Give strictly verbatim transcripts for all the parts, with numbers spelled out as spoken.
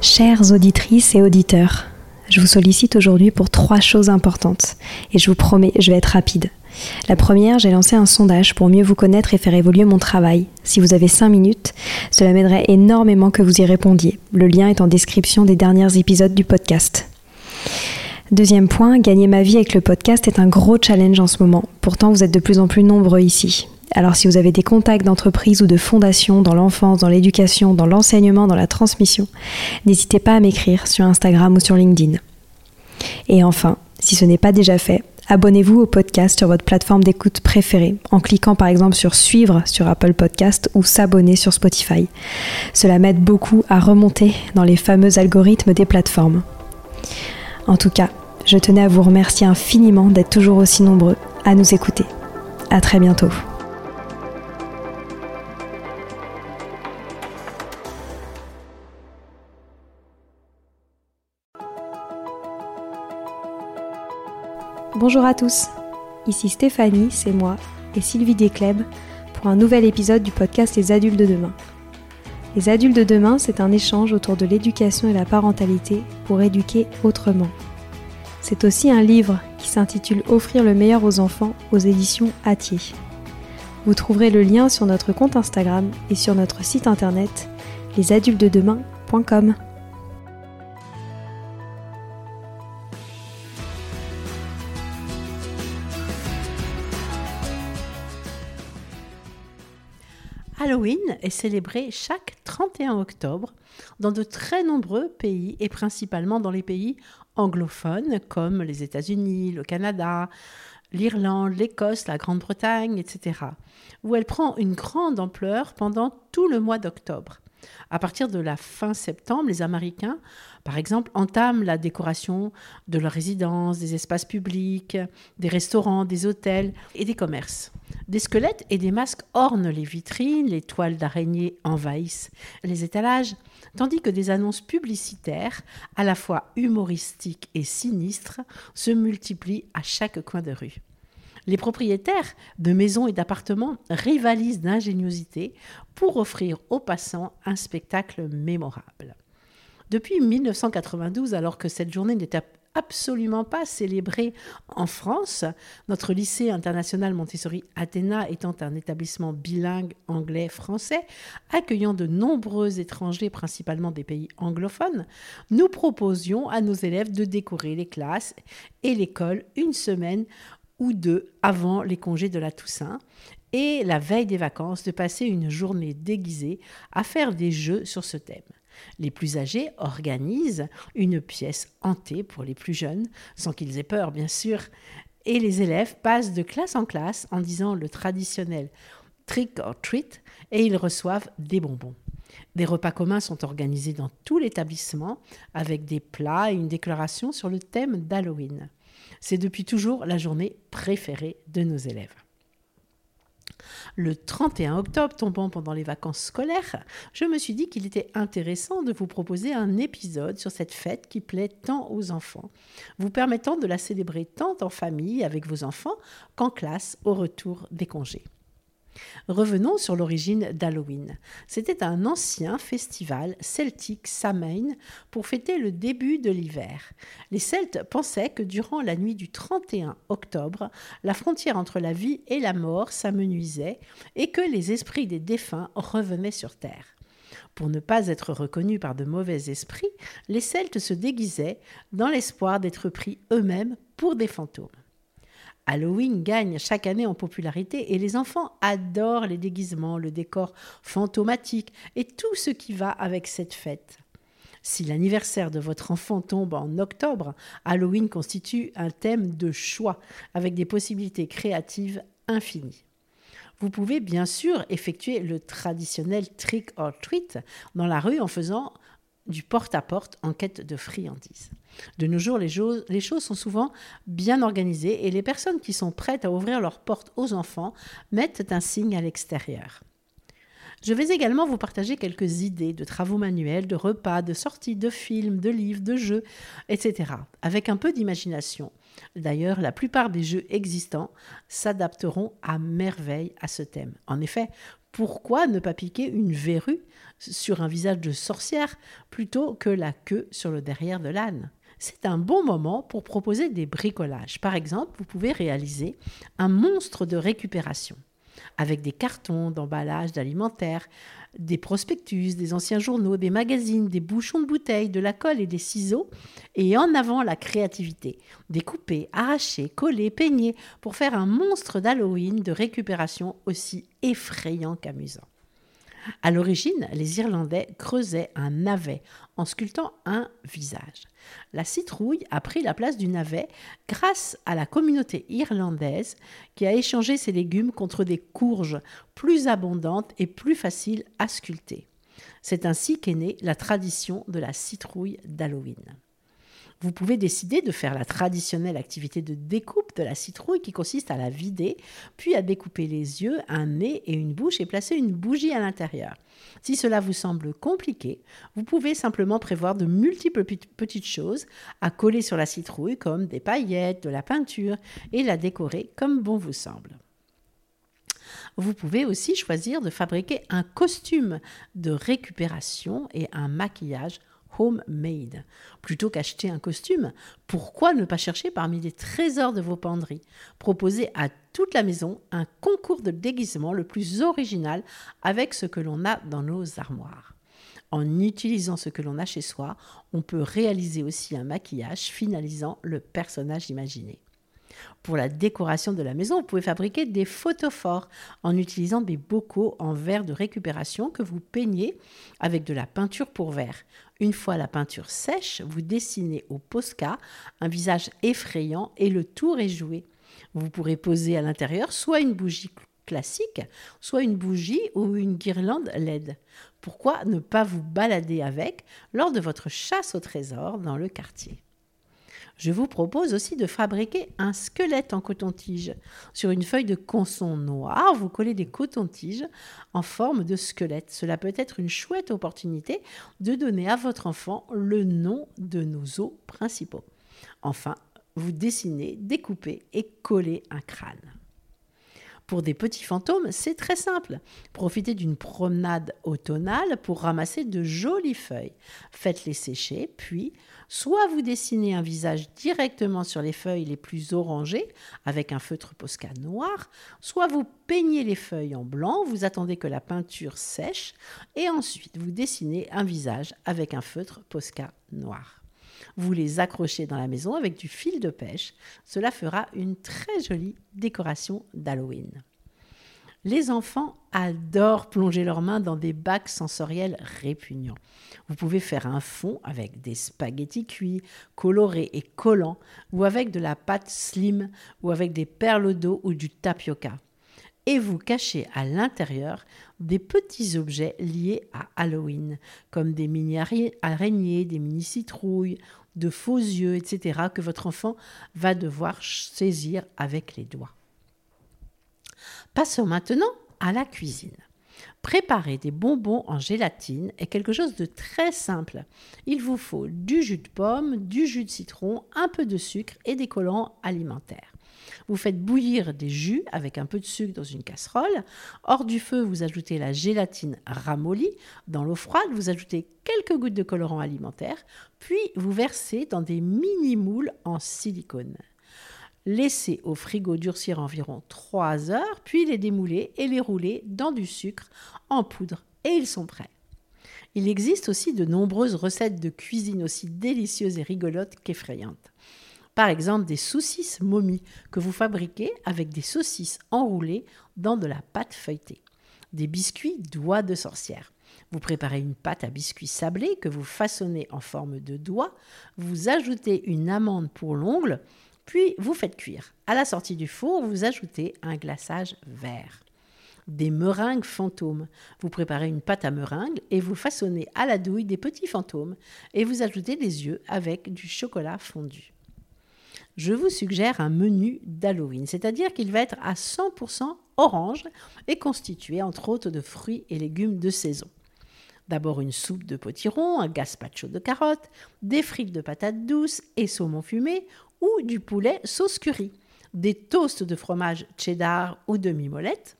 Chères auditrices et auditeurs, je vous sollicite aujourd'hui pour trois choses importantes et je vous promets, je vais être rapide. La première, j'ai lancé un sondage pour mieux vous connaître et faire évoluer mon travail. Si vous avez cinq minutes, cela m'aiderait énormément que vous y répondiez. Le lien est en description des derniers épisodes du podcast. Deuxième point, gagner ma vie avec le podcast est un gros challenge en ce moment. Pourtant, vous êtes de plus en plus nombreux ici. Alors si vous avez des contacts d'entreprises ou de fondations dans l'enfance, dans l'éducation, dans l'enseignement, dans la transmission, n'hésitez pas à m'écrire sur Instagram ou sur LinkedIn. Et enfin, si ce n'est pas déjà fait, abonnez-vous au podcast sur votre plateforme d'écoute préférée en cliquant par exemple sur suivre sur Apple Podcast ou s'abonner sur Spotify. Cela m'aide beaucoup à remonter dans les fameux algorithmes des plateformes. En tout cas, je tenais à vous remercier infiniment d'être toujours aussi nombreux à nous écouter. À très bientôt. Bonjour à tous, ici Stéphanie, c'est moi, et Sylvie Descleb pour un nouvel épisode du podcast Les Adultes de Demain. Les Adultes de Demain, c'est un échange autour de l'éducation et la parentalité pour éduquer autrement. C'est aussi un livre qui s'intitule Offrir le meilleur aux enfants aux éditions Hatier. Vous trouverez le lien sur notre compte Instagram et sur notre site internet les adultes de demain point com. Halloween est célébré chaque trente et un octobre dans de très nombreux pays et principalement dans les pays anglophones comme les États-Unis, le Canada, l'Irlande, l'Écosse, la Grande-Bretagne, et cetera, où elle prend une grande ampleur pendant tout le mois d'octobre. À partir de la fin septembre, les Américains, par exemple, entament la décoration de leurs résidences, des espaces publics, des restaurants, des hôtels et des commerces. Des squelettes et des masques ornent les vitrines, les toiles d'araignées envahissent les étalages, tandis que des annonces publicitaires, à la fois humoristiques et sinistres, se multiplient à chaque coin de rue. Les propriétaires de maisons et d'appartements rivalisent d'ingéniosité pour offrir aux passants un spectacle mémorable. Depuis dix-neuf cent quatre-vingt-douze, alors que cette journée n'était absolument pas célébrée en France, notre lycée international Montessori Athéna étant un établissement bilingue anglais-français, accueillant de nombreux étrangers, principalement des pays anglophones, nous proposions à nos élèves de décorer les classes et l'école une semaine ou deux avant les congés de la Toussaint et la veille des vacances de passer une journée déguisée à faire des jeux sur ce thème. Les plus âgés organisent une pièce hantée pour les plus jeunes, sans qu'ils aient peur bien sûr, et les élèves passent de classe en classe en disant le traditionnel « trick or treat » et ils reçoivent des bonbons. Des repas communs sont organisés dans tout l'établissement avec des plats et une déclaration sur le thème d'Halloween. C'est depuis toujours la journée préférée de nos élèves. Le trente et un octobre, tombant pendant les vacances scolaires, je me suis dit qu'il était intéressant de vous proposer un épisode sur cette fête qui plaît tant aux enfants, vous permettant de la célébrer tant en famille avec vos enfants qu'en classe au retour des congés. Revenons sur l'origine d'Halloween. C'était un ancien festival celtique Samhain pour fêter le début de l'hiver. Les Celtes pensaient que durant la nuit du trente et un octobre, la frontière entre la vie et la mort s'amenuisait et que les esprits des défunts revenaient sur terre. Pour ne pas être reconnus par de mauvais esprits, les Celtes se déguisaient dans l'espoir d'être pris eux-mêmes pour des fantômes. Halloween gagne chaque année en popularité et les enfants adorent les déguisements, le décor fantomatique et tout ce qui va avec cette fête. Si l'anniversaire de votre enfant tombe en octobre, Halloween constitue un thème de choix avec des possibilités créatives infinies. Vous pouvez bien sûr effectuer le traditionnel trick or treat dans la rue en faisant du porte-à-porte en quête de friandises. De nos jours, les choses, les choses sont souvent bien organisées et les personnes qui sont prêtes à ouvrir leurs portes aux enfants mettent un signe à l'extérieur. Je vais également vous partager quelques idées de travaux manuels, de repas, de sorties, de films, de livres, de jeux, et cetera. Avec un peu d'imagination. D'ailleurs, la plupart des jeux existants s'adapteront à merveille à ce thème. En effet, Pourquoi ne pas piquer une verrue sur un visage de sorcière plutôt que la queue sur le derrière de l'âne ? C'est un bon moment pour proposer des bricolages. Par exemple, vous pouvez réaliser un monstre de récupération avec des cartons d'emballage d'alimentaire, des prospectus, des anciens journaux, des magazines, des bouchons de bouteilles, de la colle et des ciseaux. Et en avant la créativité. Découper, arracher, coller, peigner pour faire un monstre d'Halloween de récupération aussi effrayant qu'amusant. À l'origine, les Irlandais creusaient un navet en sculptant un visage. La citrouille a pris la place du navet grâce à la communauté irlandaise qui a échangé ses légumes contre des courges plus abondantes et plus faciles à sculpter. C'est ainsi qu'est née la tradition de la citrouille d'Halloween. Vous pouvez décider de faire la traditionnelle activité de découpe de la citrouille qui consiste à la vider, puis à découper les yeux, un nez et une bouche et placer une bougie à l'intérieur. Si cela vous semble compliqué, vous pouvez simplement prévoir de multiples petites choses à coller sur la citrouille comme des paillettes, de la peinture et la décorer comme bon vous semble. Vous pouvez aussi choisir de fabriquer un costume de récupération et un maquillage homemade. Plutôt qu'acheter un costume, pourquoi ne pas chercher parmi les trésors de vos penderies ? Proposez à toute la maison un concours de déguisement le plus original avec ce que l'on a dans nos armoires. En utilisant ce que l'on a chez soi, on peut réaliser aussi un maquillage finalisant le personnage imaginé. Pour la décoration de la maison, vous pouvez fabriquer des photophores en utilisant des bocaux en verre de récupération que vous peignez avec de la peinture pour verre. Une fois la peinture sèche, vous dessinez au Posca un visage effrayant et le tour est joué. Vous pourrez poser à l'intérieur soit une bougie classique, soit une bougie ou une guirlande L E D. Pourquoi ne pas vous balader avec lors de votre chasse au trésor dans le quartier ? Je vous propose aussi de fabriquer un squelette en coton-tige. Sur une feuille de consson noir, vous collez des cotons-tiges en forme de squelette. Cela peut être une chouette opportunité de donner à votre enfant le nom de nos os principaux. Enfin, vous dessinez, découpez et collez un crâne. Pour des petits fantômes, c'est très simple. Profitez d'une promenade automnale pour ramasser de jolies feuilles. Faites-les sécher, puis soit vous dessinez un visage directement sur les feuilles les plus orangées avec un feutre Posca noir, soit vous peignez les feuilles en blanc, vous attendez que la peinture sèche et ensuite vous dessinez un visage avec un feutre Posca noir. Vous les accrochez dans la maison avec du fil de pêche. Cela fera une très jolie décoration d'Halloween. Les enfants adorent plonger leurs mains dans des bacs sensoriels répugnants. Vous pouvez faire un fond avec des spaghettis cuits, colorés et collants, ou avec de la pâte slim, ou avec des perles d'eau ou du tapioca. Et vous cachez à l'intérieur des petits objets liés à Halloween, comme des mini-araignées, des mini-citrouilles, de faux yeux, et cetera, que votre enfant va devoir saisir avec les doigts. Passons maintenant à la cuisine. Préparer des bonbons en gélatine est quelque chose de très simple. Il vous faut du jus de pomme, du jus de citron, un peu de sucre et des collants alimentaires. Vous faites bouillir des jus avec un peu de sucre dans une casserole. Hors du feu, vous ajoutez la gélatine ramollie. Dans l'eau froide, vous ajoutez quelques gouttes de colorant alimentaire, puis vous versez dans des mini-moules en silicone. Laissez au frigo durcir environ trois heures, puis les démouler et les rouler dans du sucre en poudre. Et ils sont prêts. Il existe aussi de nombreuses recettes de cuisine aussi délicieuses et rigolotes qu'effrayantes. Par exemple, des saucisses momies que vous fabriquez avec des saucisses enroulées dans de la pâte feuilletée. Des biscuits doigts de sorcière. Vous préparez une pâte à biscuits sablés que vous façonnez en forme de doigt. Vous ajoutez une amande pour l'ongle, puis vous faites cuire. À la sortie du four, vous ajoutez un glaçage vert. Des meringues fantômes. Vous préparez une pâte à meringue et vous façonnez à la douille des petits fantômes et vous ajoutez les yeux avec du chocolat fondu. Je vous suggère un menu d'Halloween, c'est-à-dire qu'il va être à cent pour cent orange et constitué entre autres de fruits et légumes de saison. D'abord une soupe de potiron, un gazpacho de carottes, des frites de patates douces et saumon fumé ou du poulet sauce curry, des toasts de fromage cheddar ou demi-molette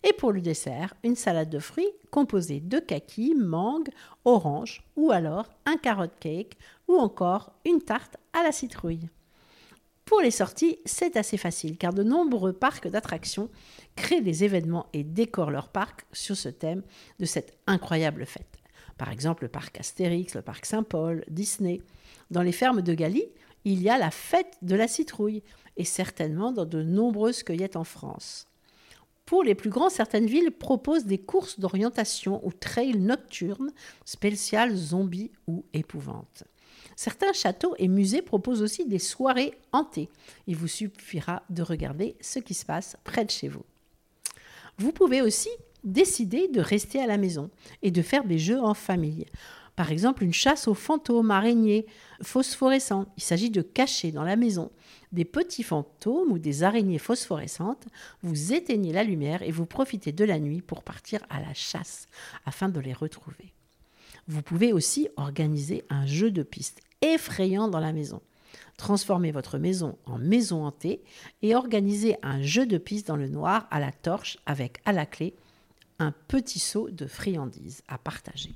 Et pour le dessert, une salade de fruits composée de kaki, mangue, orange ou alors un carrot cake ou encore une tarte à la citrouille. Pour les sorties, c'est assez facile car de nombreux parcs d'attractions créent des événements et décorent leurs parcs sur ce thème de cette incroyable fête. Par exemple, le parc Astérix, le parc Saint-Paul, Disney. Dans les fermes de Galie, il y a la fête de la citrouille et certainement dans de nombreuses cueillettes en France. Pour les plus grands, certaines villes proposent des courses d'orientation ou trails nocturnes spéciales zombies ou épouvantes. Certains châteaux et musées proposent aussi des soirées hantées. Il vous suffira de regarder ce qui se passe près de chez vous. Vous pouvez aussi décider de rester à la maison et de faire des jeux en famille. Par exemple, une chasse aux fantômes, araignées, phosphorescents. Il s'agit de cacher dans la maison des petits fantômes ou des araignées phosphorescentes. Vous éteignez la lumière et vous profitez de la nuit pour partir à la chasse afin de les retrouver. Vous pouvez aussi organiser un jeu de piste effrayant dans la maison. Transformez votre maison en maison hantée et organisez un jeu de piste dans le noir à la torche avec à la clé un petit seau de friandises à partager.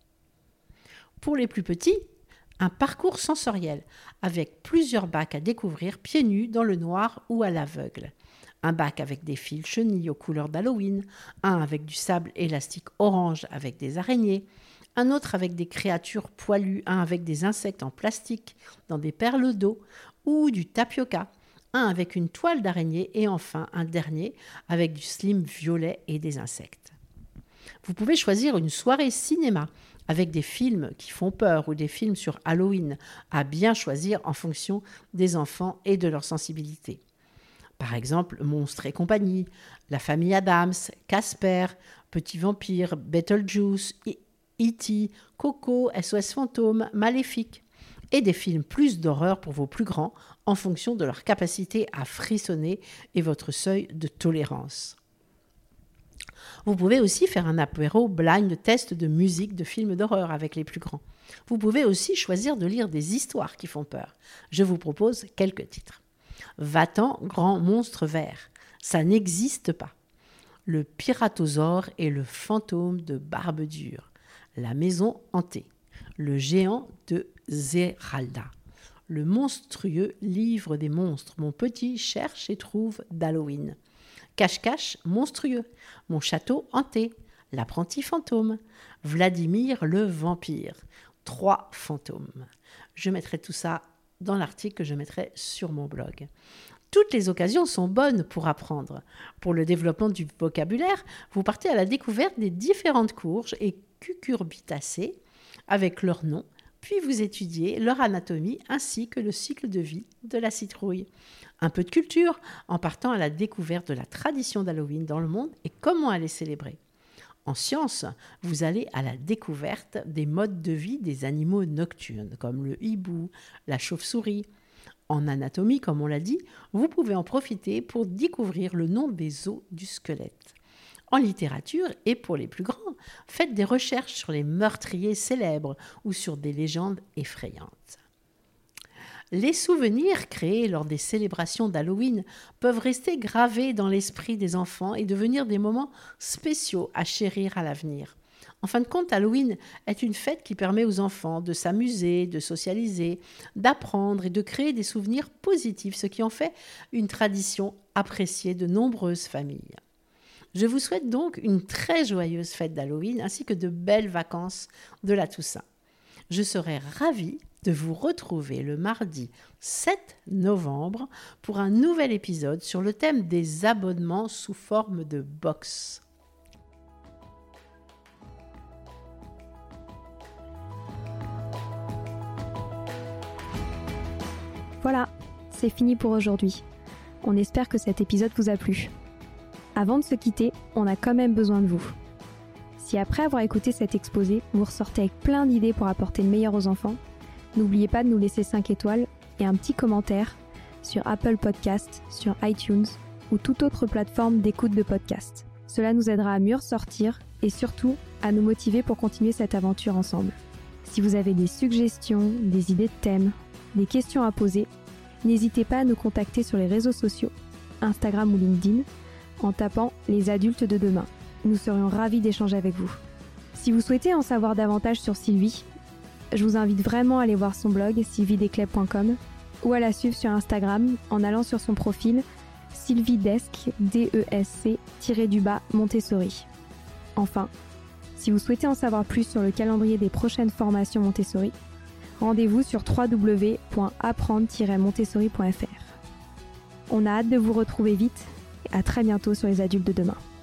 Pour les plus petits, un parcours sensoriel avec plusieurs bacs à découvrir pieds nus dans le noir ou à l'aveugle. Un bac avec des fils chenilles aux couleurs d'Halloween, un avec du sable élastique orange avec des araignées, un autre avec des créatures poilues, un avec des insectes en plastique dans des perles d'eau ou du tapioca, un avec une toile d'araignée et enfin un dernier avec du slime violet et des insectes. Vous pouvez choisir une soirée cinéma avec des films qui font peur ou des films sur Halloween à bien choisir en fonction des enfants et de leur sensibilité. Par exemple, Monstres et compagnie, La famille Addams, Casper, Petit vampire, Beetlejuice, E T, Coco, S O S fantôme, Maléfique. Et des films plus d'horreur pour vos plus grands en fonction de leur capacité à frissonner et votre seuil de tolérance. Vous pouvez aussi faire un apéro blind test de musique de films d'horreur avec les plus grands. Vous pouvez aussi choisir de lire des histoires qui font peur. Je vous propose quelques titres. Va-t'en, grand monstre vert. Ça n'existe pas. Le piratosaure et le fantôme de Barbedure. La maison hantée. Le géant de Zeralda. Le monstrueux livre des monstres. Mon petit cherche et trouve d'Halloween. Cache-cache monstrueux, mon château hanté, l'apprenti fantôme, Vladimir le vampire, trois fantômes. Je mettrai tout ça dans l'article que je mettrai sur mon blog. Toutes les occasions sont bonnes pour apprendre. Pour le développement du vocabulaire, vous partez à la découverte des différentes courges et cucurbitacées avec leurs noms, puis vous étudiez leur anatomie ainsi que le cycle de vie de la citrouille. Un peu de culture en partant à la découverte de la tradition d'Halloween dans le monde et comment elle est célébrée. En sciences, vous allez à la découverte des modes de vie des animaux nocturnes comme le hibou, la chauve-souris. En anatomie, comme on l'a dit, vous pouvez en profiter pour découvrir le nom des os du squelette. En littérature, et pour les plus grands, faites des recherches sur les meurtriers célèbres ou sur des légendes effrayantes. Les souvenirs créés lors des célébrations d'Halloween peuvent rester gravés dans l'esprit des enfants et devenir des moments spéciaux à chérir à l'avenir. En fin de compte, Halloween est une fête qui permet aux enfants de s'amuser, de socialiser, d'apprendre et de créer des souvenirs positifs, ce qui en fait une tradition appréciée de nombreuses familles. Je vous souhaite donc une très joyeuse fête d'Halloween ainsi que de belles vacances de la Toussaint. Je serai ravie de vous retrouver le mardi sept novembre pour un nouvel épisode sur le thème des abonnements sous forme de box. Voilà, c'est fini pour aujourd'hui. On espère que cet épisode vous a plu. Avant de se quitter, on a quand même besoin de vous. Si après avoir écouté cet exposé, vous ressortez avec plein d'idées pour apporter le meilleur aux enfants, n'oubliez pas de nous laisser cinq étoiles et un petit commentaire sur Apple Podcasts, sur iTunes ou toute autre plateforme d'écoute de podcast. Cela nous aidera à mieux ressortir et surtout à nous motiver pour continuer cette aventure ensemble. Si vous avez des suggestions, des idées de thèmes, des questions à poser, n'hésitez pas à nous contacter sur les réseaux sociaux, Instagram ou LinkedIn, en tapant « Les adultes de demain ». Nous serions ravis d'échanger avec vous. Si vous souhaitez en savoir davantage sur Sylvie, je vous invite vraiment à aller voir son blog sylvie desclèves point com ou à la suivre sur Instagram en allant sur son profil sylviedesc, D E S C, tiré du bas, Montessori. Enfin, si vous souhaitez en savoir plus sur le calendrier des prochaines formations Montessori, rendez-vous sur w w w point apprendre tiret montessori point f r. On a hâte de vous retrouver vite et à très bientôt sur les adultes de demain.